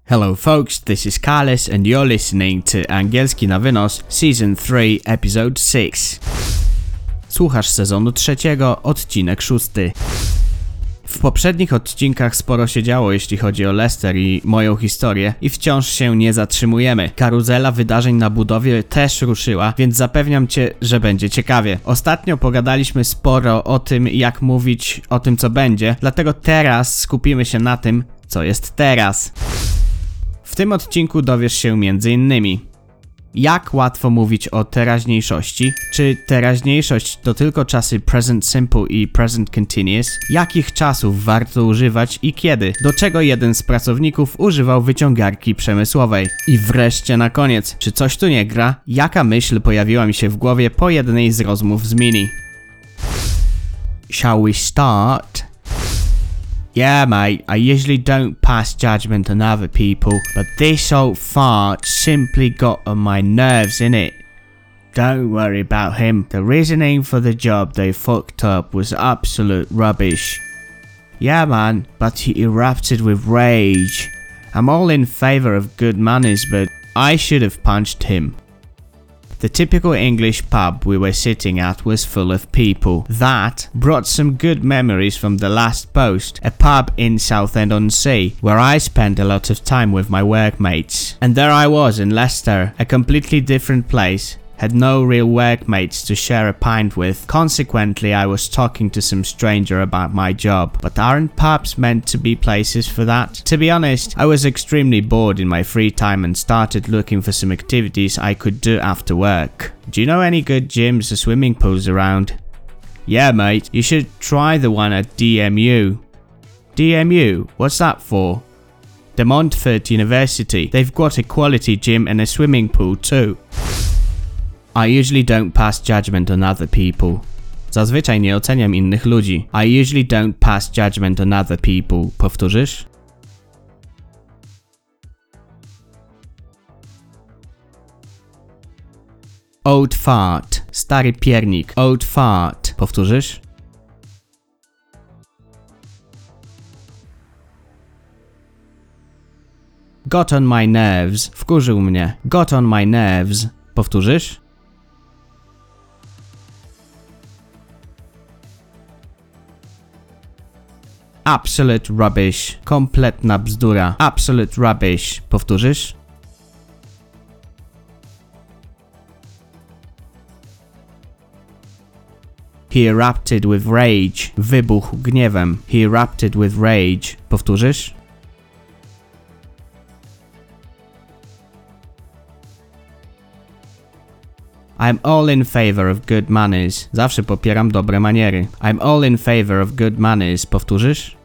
Hello folks, this is Carlos and you're listening to Angielski na Wynos Season 3 Episode 6. Słuchasz sezonu trzeciego, odcinek 6. W poprzednich odcinkach sporo się działo, jeśli chodzi o Leicester i moją historię i wciąż się nie zatrzymujemy. Karuzela wydarzeń na budowie też ruszyła, więc zapewniam cię, że będzie ciekawie. Ostatnio pogadaliśmy sporo o tym, jak mówić o tym, co będzie, dlatego teraz skupimy się na tym, co jest teraz. W tym odcinku dowiesz się m.in. jak łatwo mówić o teraźniejszości, czy teraźniejszość to tylko czasy present simple i present continuous, jakich czasów warto używać i kiedy, do czego jeden z pracowników używał wyciągarki przemysłowej. I wreszcie na koniec, czy coś tu nie gra, jaka myśl pojawiła mi się w głowie po jednej z rozmów z Mini. Shall we start? Yeah, mate, I usually don't pass judgment on other people, but this old fart simply got on my nerves, innit? Don't worry about him. The reasoning for the job they fucked up was absolute rubbish. Yeah, man, but he erupted with rage. I'm all in favor of good manners, but I should have punched him. The typical English pub we were sitting at was full of people. That brought some good memories from the last post, a pub in Southend-on-Sea, where I spent a lot of time with my workmates. And there I was in Leicester, a completely different place. Had no real workmates to share a pint with. Consequently, I was talking to some stranger about my job. But aren't pubs meant to be places for that? To be honest, I was extremely bored in my free time and started looking for some activities I could do after work. Do you know any good gyms or swimming pools around? Yeah, mate, you should try the one at DMU. DMU? What's that for? De Montfort University. They've got a quality gym and a swimming pool too. I usually don't pass judgment on other people. Zazwyczaj nie oceniam innych ludzi. I usually don't pass judgment on other people. Powtórzysz? Old fart. Stary piernik. Old fart. Powtórzysz? Got on my nerves. Wkurzył mnie. Got on my nerves. Powtórzysz? Absolute rubbish. Kompletna bzdura. Absolute rubbish. Powtórzysz? He erupted with rage. Wybuchł gniewem. He erupted with rage. Powtórzysz? I'm all in favor of good manners. Zawsze popieram dobre maniery. I'm all in favor of good manners. Powtórzysz?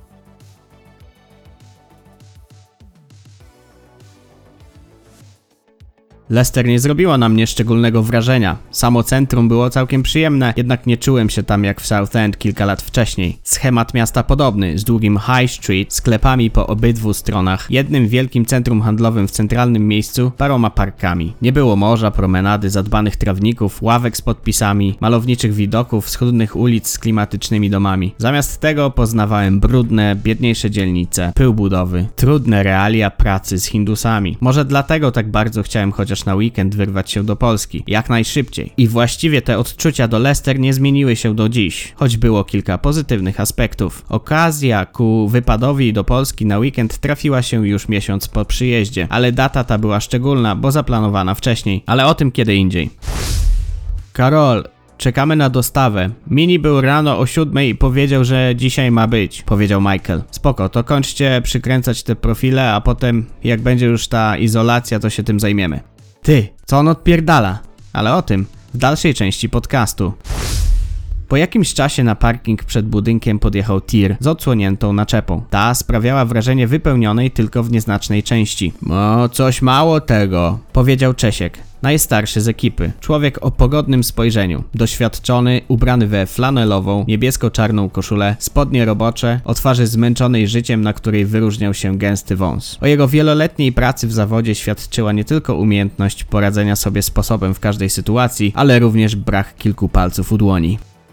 Leicester nie zrobiło na mnie szczególnego wrażenia. Samo centrum było całkiem przyjemne, jednak nie czułem się tam jak w Southend kilka lat wcześniej. Schemat miasta podobny, z długim High Street, sklepami po obydwu stronach, jednym wielkim centrum handlowym w centralnym miejscu, paroma parkami. Nie było morza, promenady, zadbanych trawników, ławek z podpisami, malowniczych widoków, schludnych ulic z klimatycznymi domami. Zamiast tego poznawałem brudne, biedniejsze dzielnice, pył budowy, trudne realia pracy z Hindusami. Może dlatego tak bardzo chciałem chociaż na weekend wyrwać się do Polski, jak najszybciej. I właściwie te odczucia do Leicester nie zmieniły się do dziś, choć było kilka pozytywnych aspektów. Okazja ku wypadowi do Polski na weekend trafiła się już miesiąc po przyjeździe, ale data ta była szczególna, bo zaplanowana wcześniej. Ale o tym kiedy indziej. Karol, czekamy na dostawę. Mini był rano o 7 i powiedział, że dzisiaj ma być, powiedział Michael. Spoko, to kończcie przykręcać te profile, a potem jak będzie już ta izolacja, to się tym zajmiemy. Ty, co on odpierdala? Ale o tym w dalszej części podcastu. Po jakimś czasie na parking przed budynkiem podjechał tir z odsłoniętą naczepą. Ta sprawiała wrażenie wypełnionej tylko w nieznacznej części. No, coś mało tego, powiedział Czesiek, najstarszy z ekipy. Człowiek o pogodnym spojrzeniu. Doświadczony, ubrany we flanelową, niebiesko-czarną koszulę, spodnie robocze, o twarzy zmęczonej życiem, na której wyróżniał się gęsty wąs. O jego wieloletniej pracy w zawodzie świadczyła nie tylko umiejętność poradzenia sobie sposobem w każdej sytuacji, ale również brak kilku palców u dłoni.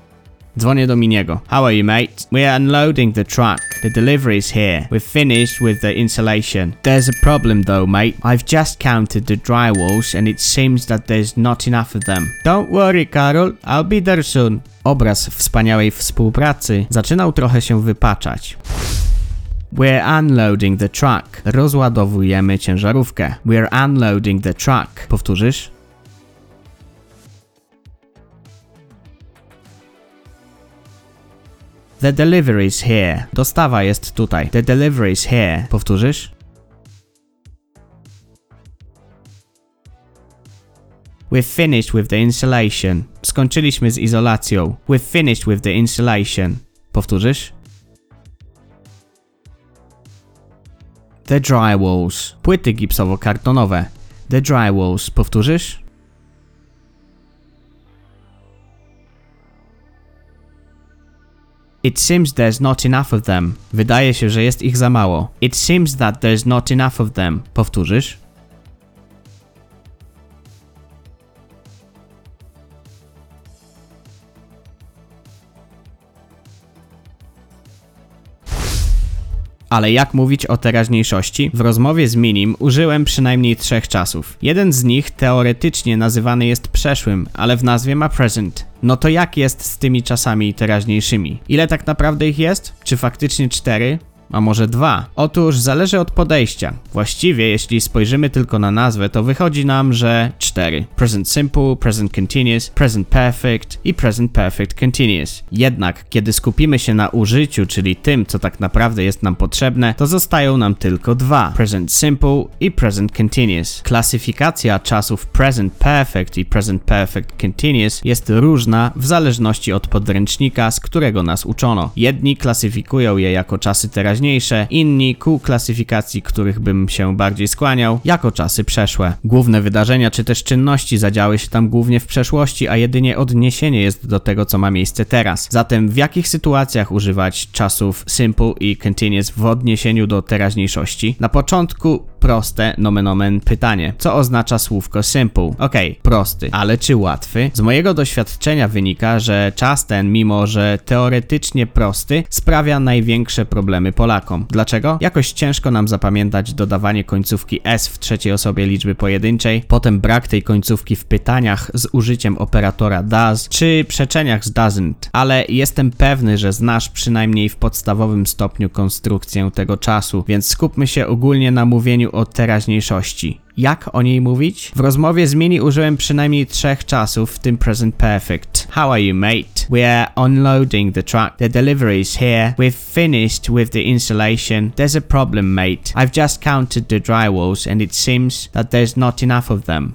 Dzwonię do Miniego. How are you, mate? We are unloading the truck. The delivery is here. We've finished with the installation. There's a problem though, mate. I've just counted the drywalls and it seems that there's not enough of them. Don't worry, Karol. I'll be there soon. Obraz wspaniałej współpracy zaczynał trochę się wypaczać. We're unloading the truck. Rozładowujemy ciężarówkę. We're unloading the truck. Powtórzysz? The delivery is here. Dostawa jest tutaj. The delivery is here. Powtórzysz? We've finished with the installation. Skończyliśmy z izolacją. We've finished with the installation. Powtórzysz? The drywalls. Płyty gipsowo-kartonowe. The drywalls. Powtórzysz? It seems there's not enough of them. Wydaje się, że jest ich za mało. It seems that there's not enough of them. Powtórzysz? Ale jak mówić o teraźniejszości? W rozmowie z Minim użyłem przynajmniej 3 czasów. Jeden z nich teoretycznie nazywany jest przeszłym, ale w nazwie ma present. No to jak jest z tymi czasami teraźniejszymi? Ile tak naprawdę ich jest? Czy faktycznie 4? A może 2? Otóż zależy od podejścia. Właściwie, jeśli spojrzymy tylko na nazwę, to wychodzi nam, że 4. Present simple, present continuous, present perfect i present perfect continuous. Jednak, kiedy skupimy się na użyciu, czyli tym, co tak naprawdę jest nam potrzebne, to zostają nam tylko 2. Present simple i present continuous. Klasyfikacja czasów present perfect i present perfect continuous jest różna w zależności od podręcznika, z którego nas uczono. Jedni klasyfikują je jako czasy teraźniejsze, inni ku klasyfikacji, których bym się bardziej skłaniał, jako czasy przeszłe. Główne wydarzenia czy też czynności zadziały się tam głównie w przeszłości, a jedynie odniesienie jest do tego, co ma miejsce teraz. Zatem w jakich sytuacjach używać czasów simple i continuous w odniesieniu do teraźniejszości? Na początku proste, nomen omen, pytanie. Co oznacza słówko simple? Okej, prosty, ale czy łatwy? Z mojego doświadczenia wynika, że czas ten, mimo że teoretycznie prosty, sprawia największe problemy Polakom. Dlaczego? Jakoś ciężko nam zapamiętać dodawanie końcówki s w trzeciej osobie liczby pojedynczej, potem brak tej końcówki w pytaniach z użyciem operatora does, czy przeczeniach z doesn't, ale jestem pewny, że znasz przynajmniej w podstawowym stopniu konstrukcję tego czasu, więc skupmy się ogólnie na mówieniu o teraźniejszości. Jak o niej mówić? W rozmowie z Mini użyłem przynajmniej 3 czasów, w tym present perfect. How are you, mate? We are unloading the truck. The delivery is here. We've finished with the installation. There's a problem, mate. I've just counted the drywalls and it seems that there's not enough of them.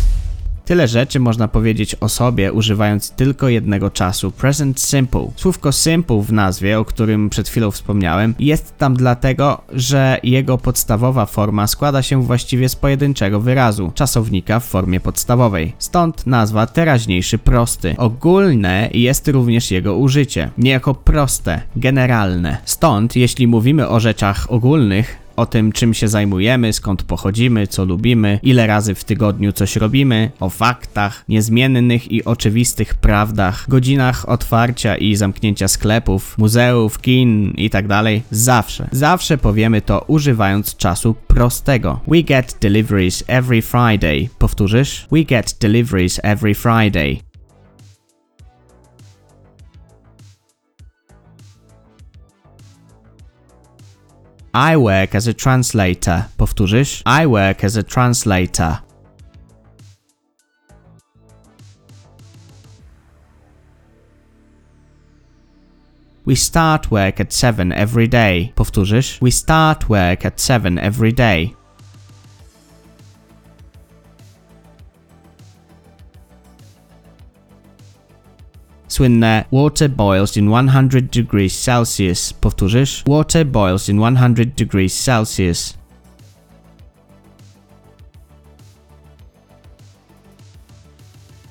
Tyle rzeczy można powiedzieć o sobie, używając tylko jednego czasu, present simple. Słówko simple w nazwie, o którym przed chwilą wspomniałem, jest tam dlatego, że jego podstawowa forma składa się właściwie z pojedynczego wyrazu, czasownika w formie podstawowej. Stąd nazwa teraźniejszy prosty. Ogólne jest również jego użycie, niejako proste, generalne. Stąd, jeśli mówimy o rzeczach ogólnych, o tym, czym się zajmujemy, skąd pochodzimy, co lubimy, ile razy w tygodniu coś robimy, o faktach, niezmiennych i oczywistych prawdach, godzinach otwarcia i zamknięcia sklepów, muzeów, kin itd. Zawsze powiemy to używając czasu prostego. We get deliveries every Friday. Powtórzysz? We get deliveries every Friday. I work as a translator. Powtórzysz? I work as a translator. We start work at 7 every day. Powtórzysz? We start work at 7 every day. Słynne water boils in 100 degrees Celsius. Powtórzysz? Water boils in 100 degrees Celsius.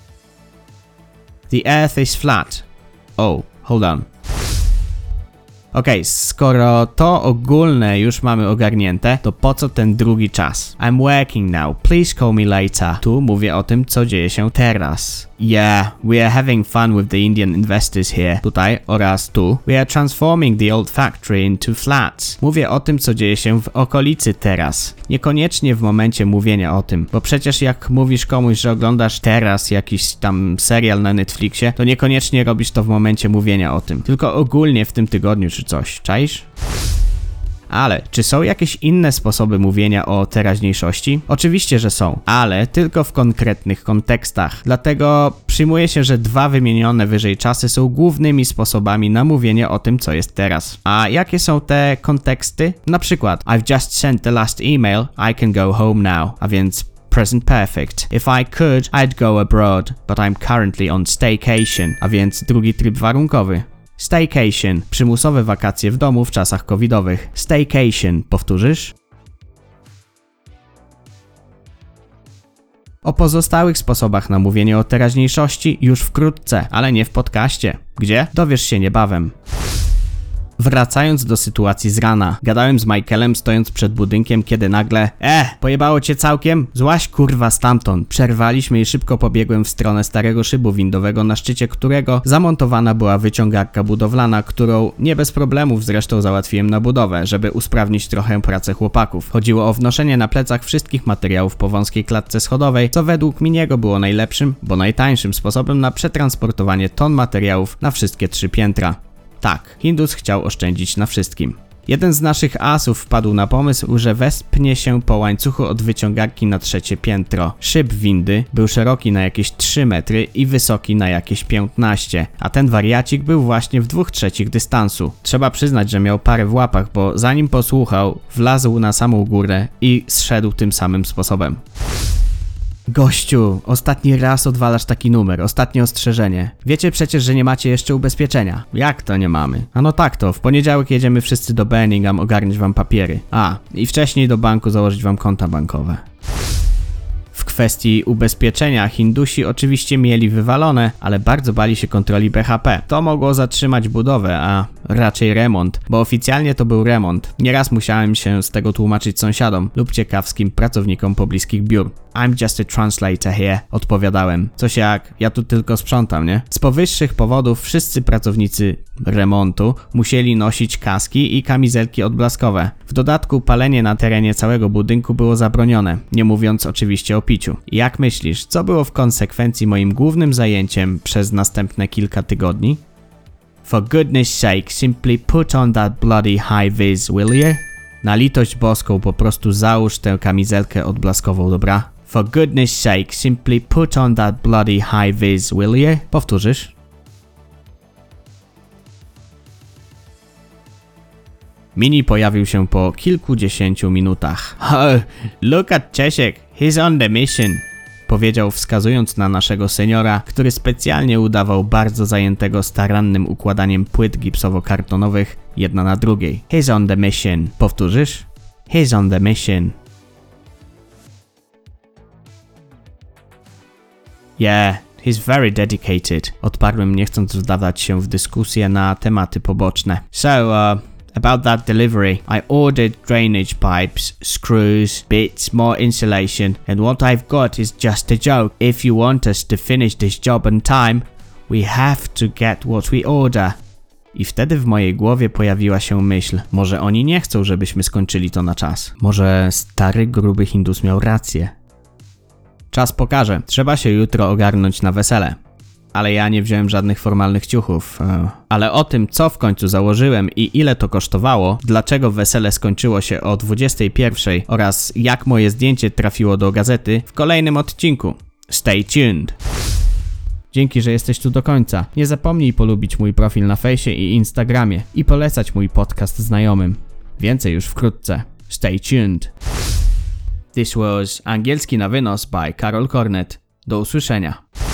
The earth is flat. Oh, hold on. Okej, skoro to ogólne już mamy ogarnięte, to po co ten drugi czas? I'm working now, please call me later. Tu mówię o tym, co dzieje się teraz. Yeah, we are having fun with the Indian investors here. Tutaj oraz tu. We are transforming the old factory into flats. Mówię o tym, co dzieje się w okolicy teraz. Niekoniecznie w momencie mówienia o tym, bo przecież jak mówisz komuś, że oglądasz teraz jakiś tam serial na Netflixie, to niekoniecznie robisz to w momencie mówienia o tym, tylko ogólnie w tym tygodniu czy coś. Czaisz? Ale czy są jakieś inne sposoby mówienia o teraźniejszości? Oczywiście, że są, ale tylko w konkretnych kontekstach. Dlatego przyjmuje się, że dwa wymienione wyżej czasy są głównymi sposobami na mówienie o tym, co jest teraz. A jakie są te konteksty? Na przykład, I've just sent the last email, I can go home now. A więc present perfect. If I could, I'd go abroad, but I'm currently on staycation. A więc drugi tryb warunkowy. Staycation. Przymusowe wakacje w domu w czasach covidowych. Staycation. Powtórzysz? O pozostałych sposobach na mówienie o teraźniejszości już wkrótce, ale nie w podcaście. Gdzie? Dowiesz się niebawem. Wracając do sytuacji z rana, gadałem z Michaelem stojąc przed budynkiem, kiedy nagle pojebało cię całkiem? Złaź kurwa stamtąd. Przerwaliśmy i szybko pobiegłem w stronę starego szybu windowego, na szczycie którego zamontowana była wyciągarka budowlana, którą nie bez problemów zresztą załatwiłem na budowę, żeby usprawnić trochę pracę chłopaków. Chodziło o wnoszenie na plecach wszystkich materiałów po wąskiej klatce schodowej, co według Miniego było najlepszym, bo najtańszym sposobem na przetransportowanie ton materiałów na wszystkie 3 piętra. Tak, Hindus chciał oszczędzić na wszystkim. Jeden z naszych asów wpadł na pomysł, że wespnie się po łańcuchu od wyciągarki na 3 piętro. Szyb windy był szeroki na jakieś 3 metry i wysoki na jakieś 15, a ten wariacik był właśnie w 2/3 dystansu. Trzeba przyznać, że miał parę w łapach, bo zanim posłuchał, wlazł na samą górę i zszedł tym samym sposobem. Gościu, ostatni raz odwalasz taki numer, ostatnie ostrzeżenie. Wiecie przecież, że nie macie jeszcze ubezpieczenia. Jak to nie mamy? A no tak to, w poniedziałek jedziemy wszyscy do Birmingham ogarniać wam papiery. A, i wcześniej do banku założyć wam konta bankowe. W kwestii ubezpieczenia Hindusi oczywiście mieli wywalone, ale bardzo bali się kontroli BHP. To mogło zatrzymać budowę, a raczej remont, bo oficjalnie to był remont. Nieraz musiałem się z tego tłumaczyć sąsiadom lub ciekawskim pracownikom pobliskich biur. I'm just a translator here, odpowiadałem. Coś jak, ja tu tylko sprzątam, nie? Z powyższych powodów wszyscy pracownicy remontu musieli nosić kaski i kamizelki odblaskowe. W dodatku palenie na terenie całego budynku było zabronione, nie mówiąc oczywiście o piciu. Jak myślisz, co było w konsekwencji moim głównym zajęciem przez następne kilka tygodni? For goodness sake, simply put on that bloody high-vis, will you? Na litość boską po prostu załóż tę kamizelkę odblaskową, dobra? For goodness sake, simply put on that bloody high-vis, will you? Powtórzysz? Mini pojawił się po kilkudziesięciu minutach. Oh, look at Czesiek, he's on the mission. Powiedział, wskazując na naszego seniora, który specjalnie udawał bardzo zajętego starannym układaniem płyt gipsowo-kartonowych jedna na drugiej. He's on the mission. Powtórzysz? He's on the mission. Yeah, he's very dedicated. Odparłem, nie chcąc wdawać się w dyskusję na tematy poboczne. About that delivery, I ordered drainage pipes, screws, bits, more insulation, and what I've got is just a joke. If you want us to finish this job on time, we have to get what we order. I wtedy w mojej głowie pojawiła się myśl, może oni nie chcą, żebyśmy skończyli to na czas. Może stary, gruby Hindus miał rację. Czas pokaże, trzeba się jutro ogarnąć na wesele. Ale ja nie wziąłem żadnych formalnych ciuchów. Ale o tym, co w końcu założyłem i ile to kosztowało, dlaczego wesele skończyło się o 21 oraz jak moje zdjęcie trafiło do gazety, w kolejnym odcinku. Stay tuned! Dzięki, że jesteś tu do końca. Nie zapomnij polubić mój profil na fejsie i Instagramie i polecać mój podcast znajomym. Więcej już wkrótce. Stay tuned! This was Angielski na wynos by Karol Kornet. Do usłyszenia.